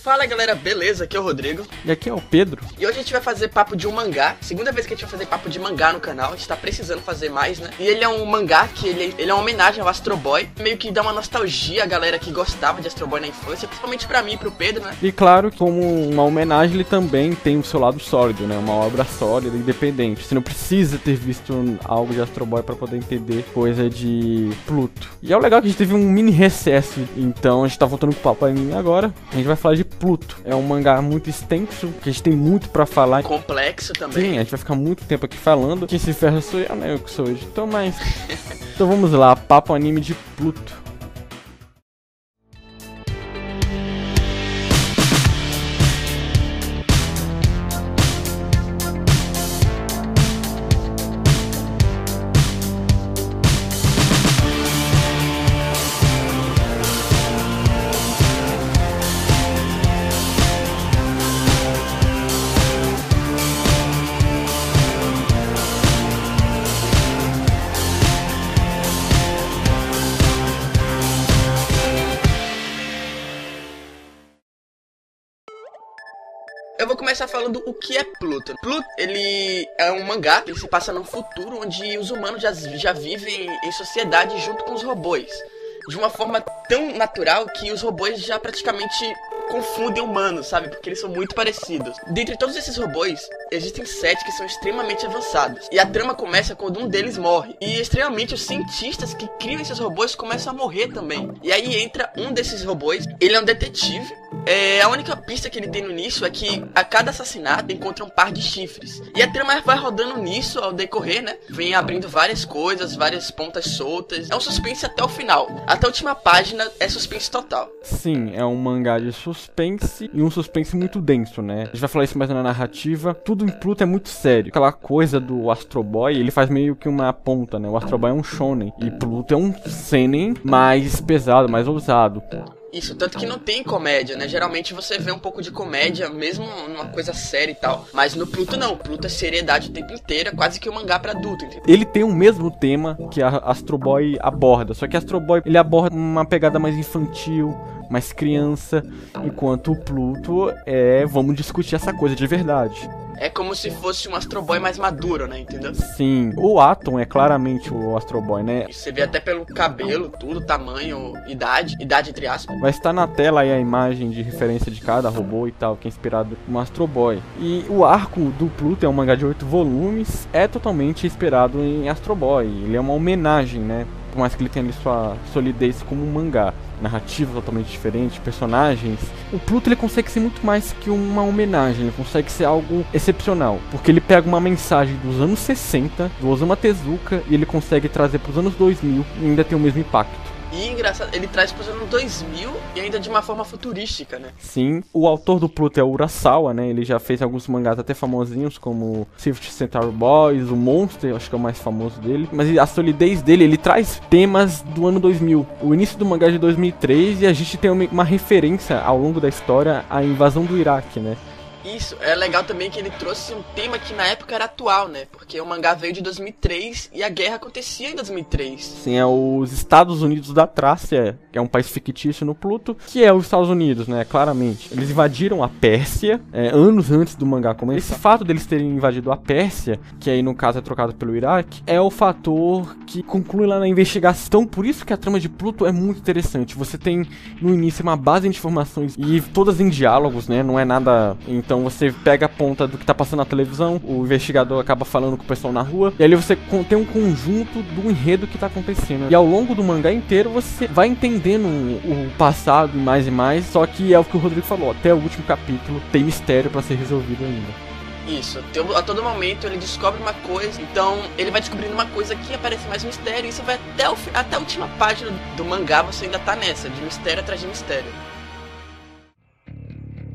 Fala galera, beleza? Aqui é o Rodrigo. E aqui é o Pedro. E hoje a gente vai fazer papo de um mangá. Segunda vez que a gente vai fazer papo de mangá no canal. A gente tá precisando fazer mais, né? E ele é um mangá que ele é uma homenagem ao Astro Boy. Meio que dá uma nostalgia à galera que gostava de Astro Boy na infância. Principalmente pra mim e pro Pedro, né? E claro, como uma homenagem, ele também tem o seu lado sólido, né? Uma obra sólida, independente. Você não precisa ter visto algo de Astro Boy pra poder entender coisa de Pluto. E é o legal que a gente teve um mini recesso. Então a gente tá voltando com o papo aí agora. A gente vai falar de Pluto. É um mangá muito extenso, que a gente tem muito pra falar. Complexo também. Sim, a gente vai ficar muito tempo aqui falando. Quem se ferra sou eu, né? Eu que sou editor, mas... Então vamos lá, papo anime de Pluto. Eu vou começar falando o que é Pluto. Pluto, ele é um mangá que se passa num futuro onde os humanos já vivem em sociedade junto com os robôs. De uma forma tão natural que os robôs já praticamente confundem humanos, sabe? Porque eles são muito parecidos. Dentre todos esses robôs, existem 7 que são extremamente avançados. E a trama começa quando um deles morre. E extremamente os cientistas que criam esses robôs começam a morrer também. E aí entra um desses robôs, ele é um detetive. A única pista que ele tem no início é que a cada assassinato encontra um par de chifres. E a trama vai rodando nisso ao decorrer, né? Vem abrindo várias coisas, várias pontas soltas. É um suspense até o final. Até a última página é suspense total. Sim, é um mangá de suspense e um suspense muito denso, né? A gente vai falar isso mais na narrativa. Tudo em Pluto é muito sério. Aquela coisa do Astro Boy, ele faz meio que uma ponta, né? O Astro Boy é um shonen e Pluto é um seinen mais pesado, mais ousado. Isso, tanto que não tem comédia, né? Geralmente você vê um pouco de comédia, mesmo numa coisa séria e tal. Mas no Pluto não, Pluto é seriedade o tempo inteiro, é quase que um mangá pra adulto, entendeu? Ele tem o mesmo tema que a Astro Boy aborda, só que a Astro Boy, ele aborda uma pegada mais infantil, mais criança, enquanto o Pluto vamos discutir essa coisa de verdade. É como se fosse um Astro Boy mais maduro, né? Entendeu? Sim, o Atom é claramente o Astro Boy, né? Você vê até pelo cabelo, tudo, tamanho, idade entre aspas. Vai estar na tela aí a imagem de referência de cada robô e tal, que é inspirado no Astro Boy. E o arco do Pluto é um mangá de 8 volumes, é totalmente inspirado em Astro Boy. Ele é uma homenagem, né? Por mais que ele tenha ali sua solidez como um mangá. Narrativa totalmente diferente, personagens. O Pluto ele consegue ser muito mais que uma homenagem, ele consegue ser algo excepcional, porque ele pega uma mensagem dos anos 60, do Osamu Tezuka, e ele consegue trazer para os anos 2000 e ainda tem o mesmo impacto. E engraçado, ele traz para os anos 2000 e ainda de uma forma futurística, né? Sim, o autor do Pluto é o Urasawa, né? Ele já fez alguns mangás até famosinhos, como Swift Centaur Boys, o Monster, acho que é o mais famoso dele. Mas a solidez dele, ele traz temas do ano 2000. O início do mangá é de 2003 e a gente tem uma referência ao longo da história à invasão do Iraque, né? Isso, é legal também que ele trouxe um tema que na época era atual, né? Porque o mangá veio de 2003 e a guerra acontecia em 2003. Sim, é os Estados Unidos da Trácia, que é um país fictício no Pluto, que é os Estados Unidos, né? Claramente. Eles invadiram a Pérsia, anos antes do mangá começar. Esse fato deles terem invadido a Pérsia, que aí no caso é trocado pelo Iraque, é o fator que conclui lá na investigação. Por isso que a trama de Pluto é muito interessante. Você tem no início uma base de informações e todas em diálogos, né? Não é nada... Então você pega a ponta do que tá passando na televisão, o investigador acaba falando com o pessoal na rua, e ali você tem um conjunto do enredo que tá acontecendo. E ao longo do mangá inteiro você vai entendendo o passado e mais, só que é o que o Rodrigo falou, até o último capítulo tem mistério pra ser resolvido ainda. Isso, a todo momento ele descobre uma coisa, então ele vai descobrindo uma coisa aqui, aparece mais mistério, e isso vai até a última página do mangá, você ainda tá nessa, de mistério atrás de mistério.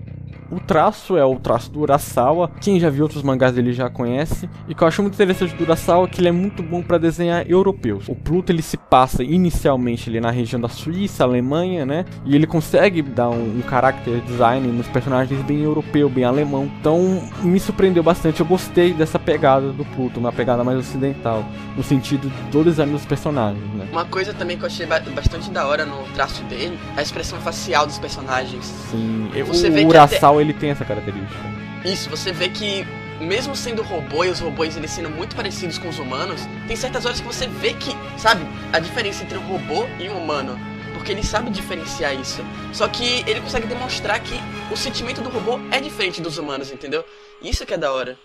O traço é o traço do Urasawa, quem já viu outros mangás dele já conhece. E o que eu acho muito interessante do Urasawa é que ele é muito bom para desenhar europeus. O Pluto ele se passa inicialmente ali na região da Suíça, Alemanha, né? E ele consegue dar um character design nos personagens bem europeu, bem alemão. Então me surpreendeu bastante, eu gostei dessa pegada do Pluto, uma pegada mais ocidental, no sentido do design dos personagens, né? Uma coisa também que eu achei bastante da hora no traço dele é a expressão facial dos personagens. Sim, Você o Urasawa ele tem essa característica. Isso, você vê que mesmo sendo robô e os robôs eles sendo muito parecidos com os humanos, tem certas horas que você vê que, sabe, a diferença entre um robô e um humano. Porque ele sabe diferenciar isso. Só que ele consegue demonstrar que o sentimento do robô é diferente dos humanos, entendeu? Isso que é da hora.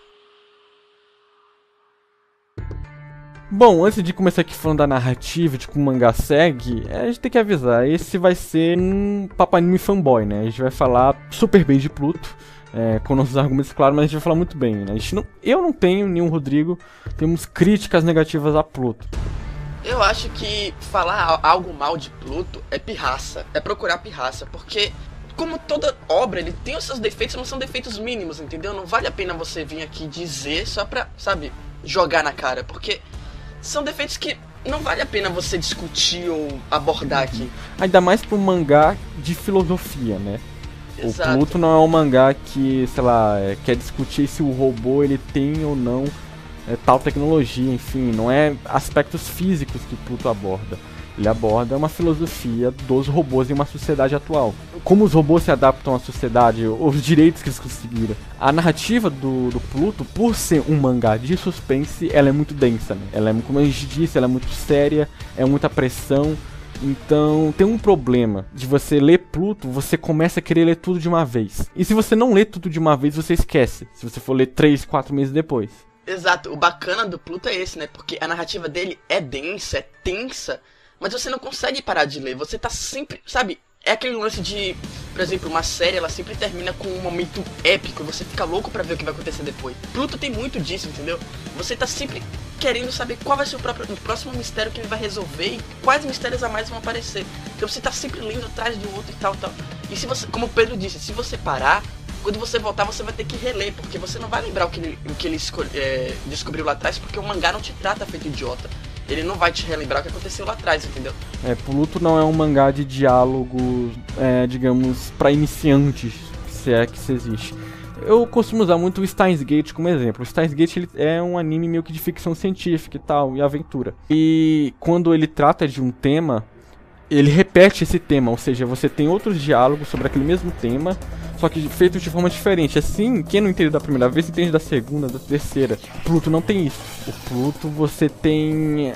Bom, antes de começar aqui falando da narrativa, de como o mangá segue, a gente tem que avisar, esse vai ser um papo anime fanboy, né? A gente vai falar super bem de Pluto, com nossos argumentos claros, mas a gente vai falar muito bem, né? Eu não tenho, nem o Rodrigo, temos críticas negativas a Pluto. Eu acho que falar algo mal de Pluto é pirraça, é procurar pirraça, porque como toda obra, ele tem os seus defeitos, mas são defeitos mínimos, entendeu? Não vale a pena você vir aqui dizer só pra, sabe, jogar na cara, porque são defeitos que não vale a pena você discutir ou abordar aqui. Ainda mais pra um mangá de filosofia, né? Exato. O Pluto não é um mangá que, sei lá, quer discutir se o robô ele tem ou não tal tecnologia, enfim, não é aspectos físicos que Pluto aborda. Ele aborda uma filosofia dos robôs em uma sociedade atual. Como os robôs se adaptam à sociedade, os direitos que eles conseguiram. A narrativa do Pluto, por ser um mangá de suspense, ela é muito densa, né? Ela é, como a gente disse, ela é muito séria, é muita pressão. Então tem um problema de você ler Pluto, você começa a querer ler tudo de uma vez. E se você não lê tudo de uma vez, você esquece. Se você for ler 3, 4 meses depois. Exato, o bacana do Pluto é esse, né? Porque a narrativa dele é densa, é tensa, mas você não consegue parar de ler. Você tá sempre, sabe? É aquele lance de, por exemplo, uma série, ela sempre termina com um momento épico. Você fica louco pra ver o que vai acontecer depois. Pluto tem muito disso, entendeu? Você tá sempre querendo saber qual vai ser o próximo mistério que ele vai resolver e quais mistérios a mais vão aparecer. Então você tá sempre lendo atrás do outro e tal. E se você, como o Pedro disse, se você parar, quando você voltar você vai ter que reler, porque você não vai lembrar o que ele descobriu lá atrás, porque o mangá não te trata feito idiota. Ele não vai te relembrar o que aconteceu lá atrás, entendeu? Pluto não é um mangá de diálogos, digamos, pra iniciantes, se é que isso existe. Eu costumo usar muito o Steins Gate como exemplo. O Steins Gate ele é um anime meio que de ficção científica e tal, e aventura. E quando ele trata de um tema, ele repete esse tema, ou seja, você tem outros diálogos sobre aquele mesmo tema, só que feitos de forma diferente. Assim, quem não entende da primeira vez, entende da segunda, da terceira. Pluto não tem isso. O Pluto você tem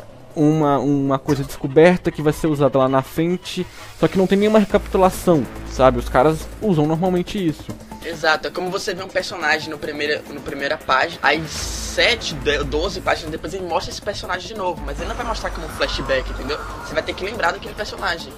uma coisa descoberta que vai ser usada lá na frente, só que não tem nenhuma recapitulação, sabe? Os caras usam normalmente isso. Exato, é como você vê um personagem no primeira página, aí 7, 12 páginas depois ele mostra esse personagem de novo, mas ele não vai mostrar como um flashback, entendeu? Você vai ter que lembrar daquele personagem.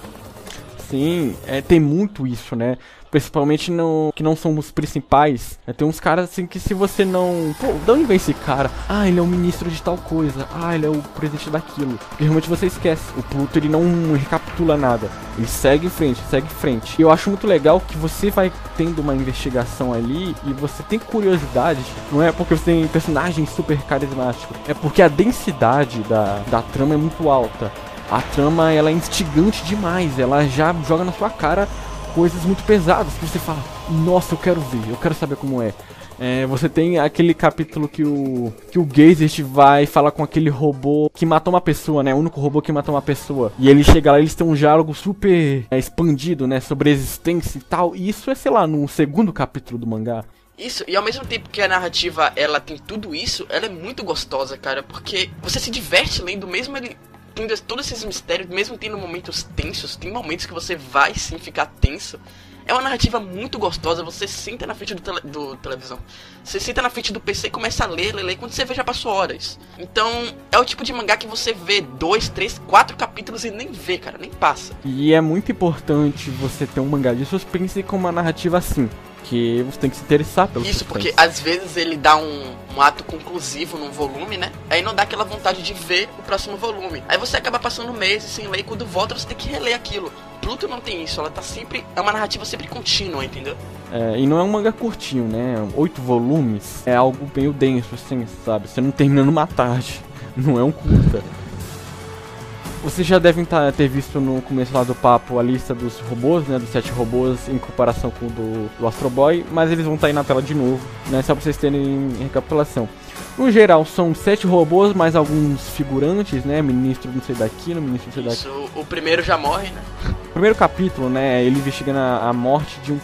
Sim, tem muito isso, né? Principalmente que não são os principais. Tem uns caras assim que se você não... Pô, de onde vem esse cara? Ah, ele é o ministro de tal coisa. Ah, ele é o presidente daquilo. Porque realmente você esquece. O Pluto, ele não recapitula nada. Ele segue em frente, segue em frente. E eu acho muito legal que você vai tendo uma investigação ali e você tem curiosidade. Não é porque você tem personagens super carismáticos. É porque a densidade da trama é muito alta. A trama, ela é instigante demais. Ela já joga na sua cara coisas muito pesadas que você fala, nossa, eu quero ver, eu quero saber como é. Você tem aquele capítulo que o Gazest vai falar com aquele robô que matou uma pessoa, né? O único robô que matou uma pessoa. E ele chega lá e eles têm um diálogo super expandido, né? Sobre a existência e tal. E isso é, sei lá, no segundo capítulo do mangá. Isso, e ao mesmo tempo que a narrativa, ela tem tudo isso, ela é muito gostosa, cara. Porque você se diverte lendo, mesmo ele tendo todos esses mistérios, mesmo tendo momentos tensos, tem momentos que você vai sim ficar tenso. É uma narrativa muito gostosa, você senta na frente do televisão. Você senta na frente do PC e começa a ler, quando você vê já passou horas. Então, é o tipo de mangá que você vê 2, 3, 4 capítulos e nem vê, cara, nem passa. E é muito importante você ter um mangá de suspense com uma narrativa assim. porque você tem que se interessar pelo Isso, suspense. porque às vezes ele dá um ato conclusivo num volume, né? Aí não dá aquela vontade de ver o próximo volume. Aí você acaba passando meses sem ler e quando volta você tem que reler aquilo. Pluto não tem isso, ela tá sempre... É uma narrativa sempre contínua, entendeu? E não é um manga curtinho, né? 8 volumes é algo meio denso, assim, sabe? Você não termina numa tarde. Não é um curta. Vocês já devem ter visto no começo lá do papo a lista dos robôs, né? Dos 7 robôs em comparação com o do Astro Boy. Mas eles vão estar aí na tela de novo, né? Só pra vocês terem recapitulação. No geral, são 7 robôs, mais alguns figurantes, né? Ministro não sei daqui, ministro não sei daqui. Isso, o primeiro já morre, né? O primeiro capítulo, né, ele investigando a morte de um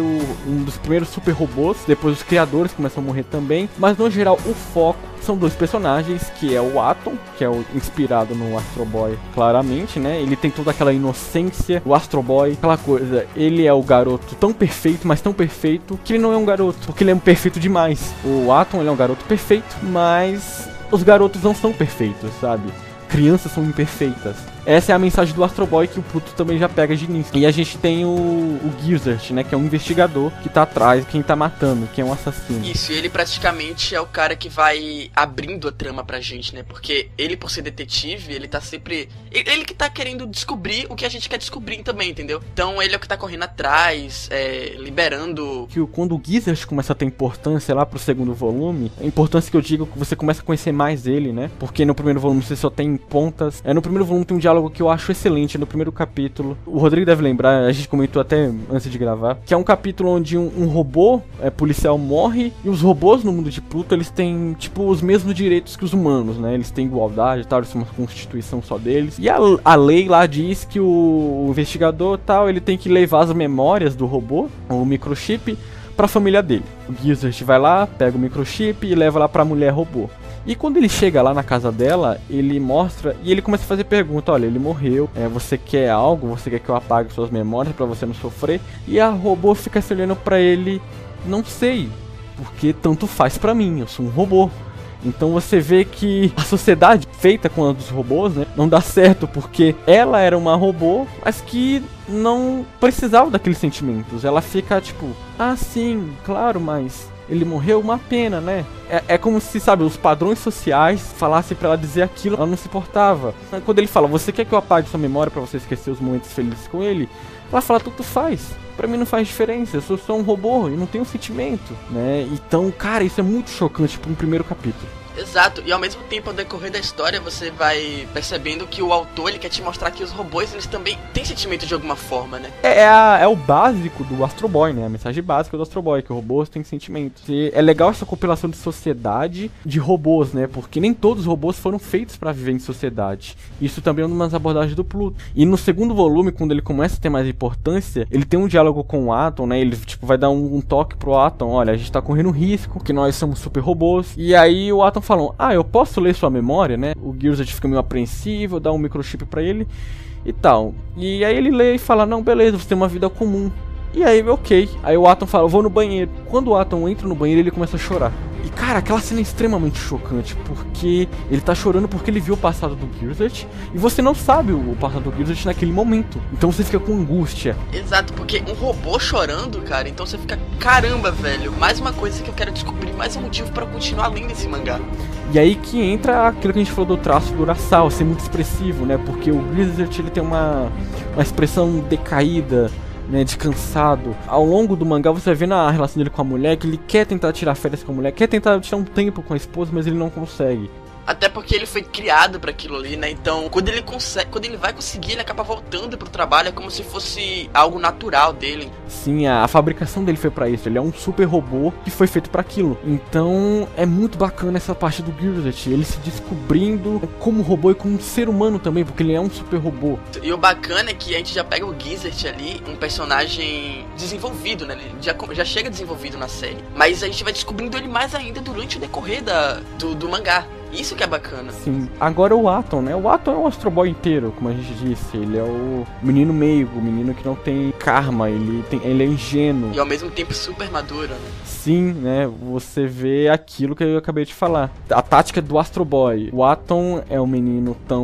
dos primeiros super robôs. Depois os criadores começam a morrer também. Mas no geral o foco são 2 personagens, que é o Atom, que é o inspirado no Astro Boy, claramente, né? Ele tem toda aquela inocência, o Astro Boy, aquela coisa. Ele é o garoto tão perfeito, mas tão perfeito, que ele não é um garoto, porque ele é um perfeito demais. O Atom, ele é um garoto perfeito, mas os garotos não são perfeitos, sabe? Crianças são imperfeitas. Essa é a mensagem do Astro Boy que o Pluto também já pega de início. E a gente tem o Gizzard, né, que é um investigador que tá atrás, quem tá matando, quem é um assassino. Isso, e ele praticamente é o cara que vai abrindo a trama pra gente, né? Porque ele, por ser detetive, ele tá sempre... Ele que tá querendo descobrir o que a gente quer descobrir também, entendeu? Então ele é o que tá correndo atrás, liberando... Quando o Gizzard começa a ter importância lá pro segundo volume, a importância que eu digo é que você começa a conhecer mais ele, né? Porque no primeiro volume você só tem pontas. No primeiro volume tem um diálogo que eu acho excelente no primeiro capítulo. O Rodrigo deve lembrar, a gente comentou até antes de gravar, que é um capítulo onde um robô policial morre e os robôs no mundo de Pluto, eles têm, tipo, os mesmos direitos que os humanos, né? Eles têm igualdade e tal, eles são uma constituição só deles. E a lei lá diz que o investigador tal, ele tem que levar as memórias do robô, o microchip, pra família dele. O Gizzard vai lá, pega o microchip e leva lá pra mulher robô. E quando ele chega lá na casa dela, ele mostra e ele começa a fazer pergunta, olha, ele morreu, você quer algo? Você quer que eu apague suas memórias pra você não sofrer? E a robô fica se olhando pra ele, não sei, porque tanto faz pra mim, eu sou um robô. Então você vê que a sociedade feita com os robôs, né, não dá certo, porque ela era uma robô, mas que não precisava daqueles sentimentos. Ela fica tipo, ah sim, claro, mas ele morreu, uma pena, né? É como se, sabe, os padrões sociais falassem pra ela dizer aquilo, ela não se importava. Quando ele fala, você quer que eu apague sua memória pra você esquecer os momentos felizes com ele? Ela fala, tudo faz. Pra mim não faz diferença, eu sou só um robô e não tenho sentimento, né? Então, cara, isso é muito chocante pra um primeiro capítulo. Exato, e ao mesmo tempo, ao decorrer da história, você vai percebendo que o autor, ele quer te mostrar que os robôs, eles também têm sentimento de alguma forma, né? É o básico do Astro Boy, né? A mensagem básica do Astro Boy, que robôs têm sentimentos. E é legal essa compilação de sociedade de robôs, né? Porque nem todos os robôs foram feitos pra viver em sociedade. Isso também é uma das abordagens do Pluto. E no segundo volume, quando ele começa a ter mais importância, ele tem um diálogo com o Atom, né? Ele, tipo, vai dar um toque pro Atom, olha, a gente tá correndo risco, que nós somos super robôs. E aí o Atom falam, eu posso ler sua memória, né? O Gizzard fica meio apreensivo, dá um microchip pra ele e tal. E aí ele lê e fala, não, beleza, você tem uma vida comum. E aí, ok. Aí o Atom fala, eu vou no banheiro. Quando o Atom entra no banheiro, ele começa a chorar. E cara, aquela cena é extremamente chocante, porque ele tá chorando porque ele viu o passado do Gizzard e você não sabe o passado do Gizzard naquele momento. Então você fica com angústia. Exato, porque um robô chorando, cara, então você fica, caramba, velho, mais uma coisa que eu quero descobrir, mais um motivo pra eu continuar lendo esse mangá. E aí que entra aquilo que a gente falou do traço do Urasawa, ser muito expressivo, né? Porque o Gizzard, ele tem uma expressão decaída, né, descansado. Ao longo do mangá você vai vendo a relação dele com a mulher, que ele quer tentar tirar férias com a mulher, quer tentar tirar um tempo com a esposa, mas ele não consegue. Até porque ele foi criado pra aquilo ali, né? Então, quando ele vai conseguir, ele acaba voltando pro trabalho, é como se fosse algo natural dele. Sim, a fabricação dele foi pra isso. Ele é um super robô que foi feito pra aquilo. Então, é muito bacana essa parte do Gizzard, ele se descobrindo como robô e como ser humano também, porque ele é um super robô. E o bacana é que a gente já pega o Gizzard ali, um personagem desenvolvido, né? Ele já chega desenvolvido na série. Mas a gente vai descobrindo ele mais ainda durante o decorrer do mangá. Isso que é bacana. Sim. Agora o Atom, né? O Atom é um Astro Boy inteiro, como a gente disse. Ele é o menino meigo, o menino que não tem karma, ele é ingênuo. E ao mesmo tempo super maduro, né? Sim, né? Você vê aquilo que eu acabei de falar. A tática do Astro Boy. O Atom é um menino tão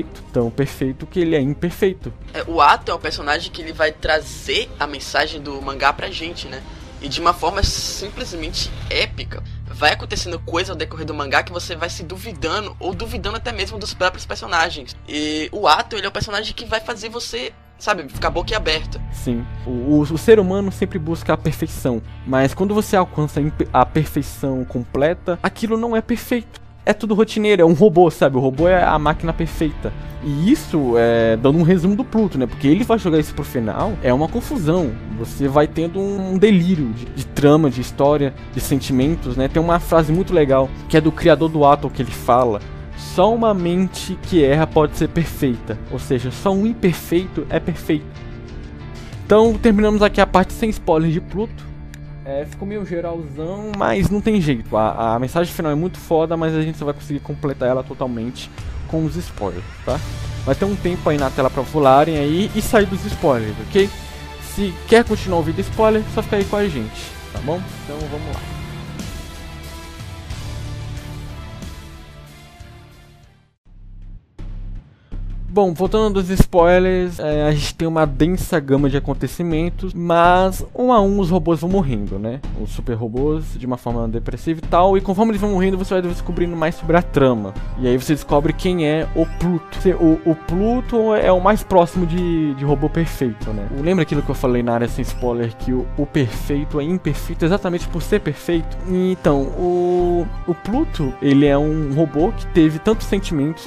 perfeito que ele é imperfeito. O Atom é o personagem que ele vai trazer a mensagem do mangá pra gente, né? E de uma forma simplesmente épica. Vai acontecendo coisa ao decorrer do mangá que você vai se duvidando, ou duvidando até mesmo dos próprios personagens. E o Atom, ele é o personagem que vai fazer você, sabe, ficar boquiaberta. Sim, o ser humano sempre busca a perfeição, mas quando você alcança a perfeição completa, aquilo não é perfeito. É tudo rotineiro, é um robô, sabe? O robô é a máquina perfeita. E isso é dando um resumo do Pluto, né? Porque ele vai jogar isso pro final, é uma confusão. Você vai tendo um delírio de trama, de história, de sentimentos, né? Tem uma frase muito legal, que é do criador do Atom, que ele fala: só uma mente que erra pode ser perfeita. Ou seja, só um imperfeito é perfeito. Então, terminamos aqui a parte sem spoilers de Pluto. Ficou meio geralzão, mas não tem jeito. A mensagem final é muito foda, mas a gente só vai conseguir completar ela totalmente com os spoilers, tá? Vai ter um tempo aí na tela pra pularem aí e sair dos spoilers, ok? Se quer continuar ouvindo spoiler, só fica aí com a gente, tá bom? Então vamos lá. Bom, voltando dos spoilers, a gente tem uma densa gama de acontecimentos, mas um a um os robôs vão morrendo, né? Os super robôs de uma forma depressiva e tal, e conforme eles vão morrendo você vai descobrindo mais sobre a trama. E aí você descobre quem é o Pluto. O Pluto é o mais próximo de robô perfeito, né? Lembra aquilo que eu falei na área sem spoiler, que o perfeito é imperfeito exatamente por ser perfeito? Então, o Pluto, ele é um robô que teve tantos sentimentos,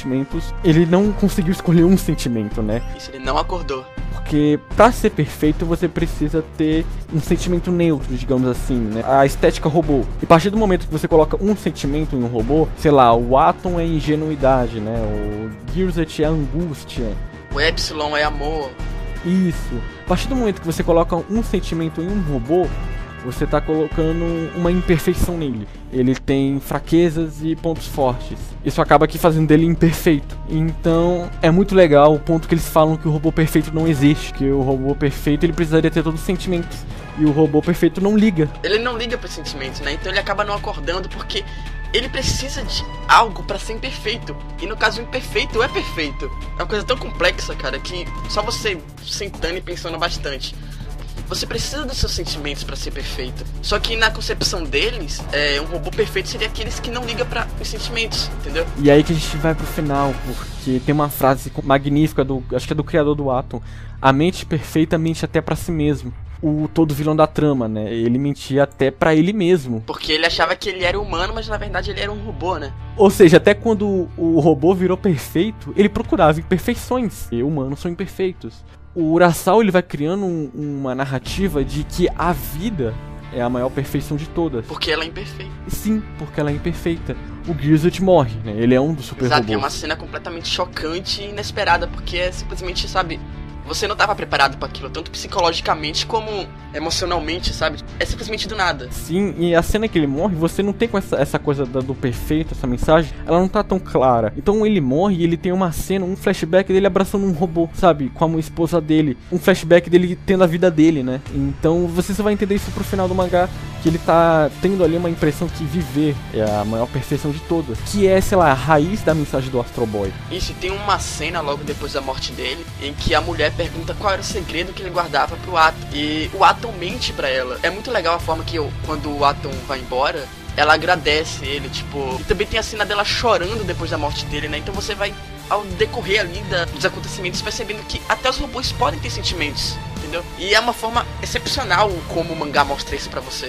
ele não conseguiu escolher um sentimento, né? Isso, ele não acordou. Porque pra ser perfeito você precisa ter um sentimento neutro, digamos assim, né? A estética robô. E a partir do momento que você coloca um sentimento em um robô, sei lá, o Atom é ingenuidade, né? O Gearzert é angústia. O Epsilon é amor. Isso. A partir do momento que você coloca um sentimento em um robô, você está colocando uma imperfeição nele. Ele tem fraquezas e pontos fortes. Isso acaba aqui fazendo dele imperfeito. Então é muito legal o ponto que eles falam que o robô perfeito não existe. Que o robô perfeito ele precisaria ter todos os sentimentos. E o robô perfeito não liga. Ele não liga para os sentimentos, né? Então ele acaba não acordando porque ele precisa de algo para ser imperfeito. E no caso o imperfeito é perfeito. É uma coisa tão complexa, cara, que só você sentando e pensando bastante. Você precisa dos seus sentimentos pra ser perfeito. Só que na concepção deles, um robô perfeito seria aqueles que não ligam para os sentimentos, entendeu? E aí que a gente vai pro final, porque tem uma frase magnífica, acho que é do criador do Atom: a mente perfeita mente até pra si mesmo. O todo vilão da trama, né? Ele mentia até pra ele mesmo. Porque ele achava que ele era humano, mas na verdade ele era um robô, né? Ou seja, até quando o robô virou perfeito, ele procurava imperfeições. E humanos são imperfeitos. O Urasawa, ele vai criando uma narrativa de que a vida é a maior perfeição de todas. Porque ela é imperfeita. Sim, porque ela é imperfeita. O Gearzert morre, né? Ele é um dos super robôs. Exato, é uma cena completamente chocante e inesperada, porque é simplesmente, sabe, você não estava preparado para aquilo, tanto psicologicamente como emocionalmente, sabe? É simplesmente do nada. Sim, e a cena que ele morre, você não tem com essa coisa do perfeito, essa mensagem, ela não tá tão clara. Então ele morre e ele tem uma cena, um flashback dele abraçando um robô, sabe? Com a esposa dele. Um flashback dele tendo a vida dele, né? Então você só vai entender isso pro final do mangá, que ele tá tendo ali uma impressão que viver é a maior perfeição de todas. Que é, sei lá, a raiz da mensagem do Astro Boy. Isso, tem uma cena logo depois da morte dele, em que a mulher pergunta qual era o segredo que ele guardava pro Atom. E o Atom mente pra ela. É muito legal a forma que quando o Atom vai embora, ela agradece ele, tipo... E também tem a cena dela chorando depois da morte dele, né? Então você vai, ao decorrer ali dos acontecimentos, percebendo que até os robôs podem ter sentimentos, entendeu? E é uma forma excepcional como o mangá mostra isso pra você.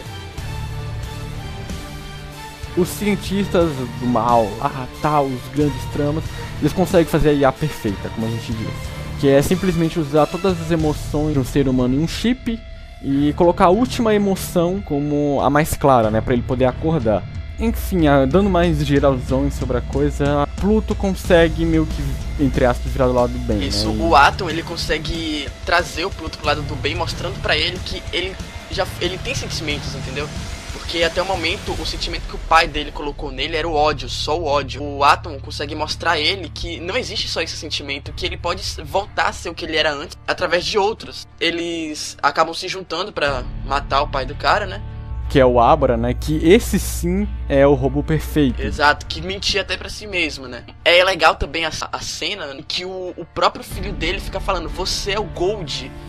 Os cientistas do mal, os grandes tramas, eles conseguem fazer a IA perfeita, como a gente diz. Que é simplesmente usar todas as emoções de um ser humano em um chip e colocar a última emoção como a mais clara, né, pra ele poder acordar. Enfim, dando mais geralzões sobre a coisa, Pluto consegue meio que, entre aspas, virar do lado do bem. Isso, né? O Atom, ele consegue trazer o Pluto pro lado do bem, mostrando pra ele que ele tem sentimentos, entendeu? Porque até o momento, o sentimento que o pai dele colocou nele era o ódio, só o ódio. O Atom consegue mostrar a ele que não existe só esse sentimento, que ele pode voltar a ser o que ele era antes, através de outros. Eles acabam se juntando pra matar o pai do cara, né? Que é o Abra, né? Que esse sim é o robô perfeito. Exato, que mentia até pra si mesmo, né? É legal também a cena em que o próprio filho dele fica falando: você é o Gold,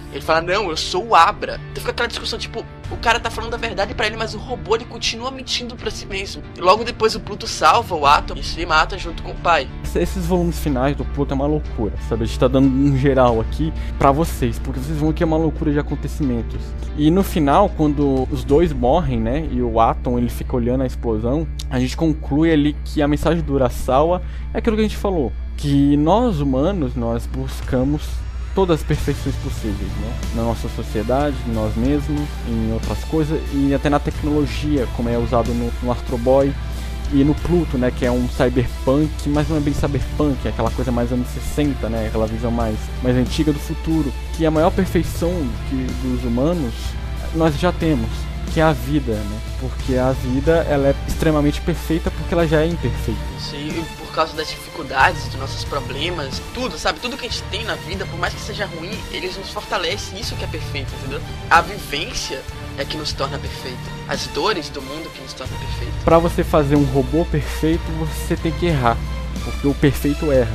Ele fala, não, eu sou o Abra. Então fica aquela discussão, tipo, o cara tá falando a verdade pra ele, mas o robô, ele continua mentindo pra si mesmo. E logo depois o Pluto salva o Atom e se mata junto com o pai. Esses volumes finais do Pluto é uma loucura, sabe? A gente tá dando um geral aqui pra vocês, porque vocês vão que é uma loucura de acontecimentos. E no final, quando os dois morrem, né, e o Atom, ele fica olhando a explosão, a gente conclui ali que a mensagem do Urasawa é aquilo que a gente falou, que nós humanos, nós buscamos todas as perfeições possíveis, né? Na nossa sociedade, em nós mesmos, em outras coisas e até na tecnologia, como é usado no Astro Boy e no Pluto, né? Que é um cyberpunk, mas não é bem cyberpunk, é aquela coisa mais anos 60, né? Aquela visão mais antiga do futuro, que a maior perfeição dos humanos nós já temos, que é a vida, né? Porque a vida, ela é extremamente perfeita porque ela já é imperfeita. Sim, e por causa das dificuldades, dos nossos problemas, tudo, sabe? Tudo que a gente tem na vida, por mais que seja ruim, eles nos fortalecem, isso que é perfeito, entendeu? A vivência é que nos torna perfeito. As dores do mundo que nos torna perfeito. Pra você fazer um robô perfeito, você tem que errar, porque o perfeito erra.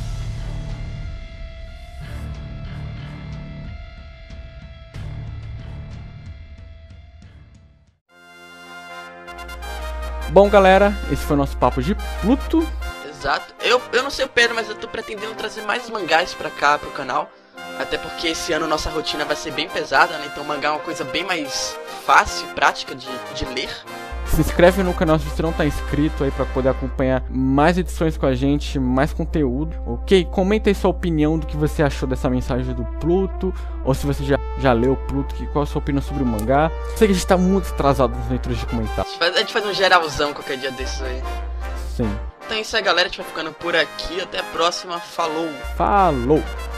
Bom, galera, esse foi o nosso papo de Pluto. Exato. Eu não sei o Pedro, mas eu tô pretendendo trazer mais mangás pra cá, pro canal. Até porque esse ano nossa rotina vai ser bem pesada, né? Então mangá é uma coisa bem mais fácil, prática de ler. Se inscreve no canal se você não tá inscrito aí pra poder acompanhar mais edições com a gente, mais conteúdo, ok? Comenta aí sua opinião do que você achou dessa mensagem do Pluto, ou se você já leu o Pluto, qual a sua opinião sobre o mangá. Sei que a gente tá muito atrasado nas leituras de comentários. A gente faz um geralzão qualquer dia desses aí. Sim. Então é isso aí, galera, a gente vai ficando por aqui, até a próxima, falou! Falou!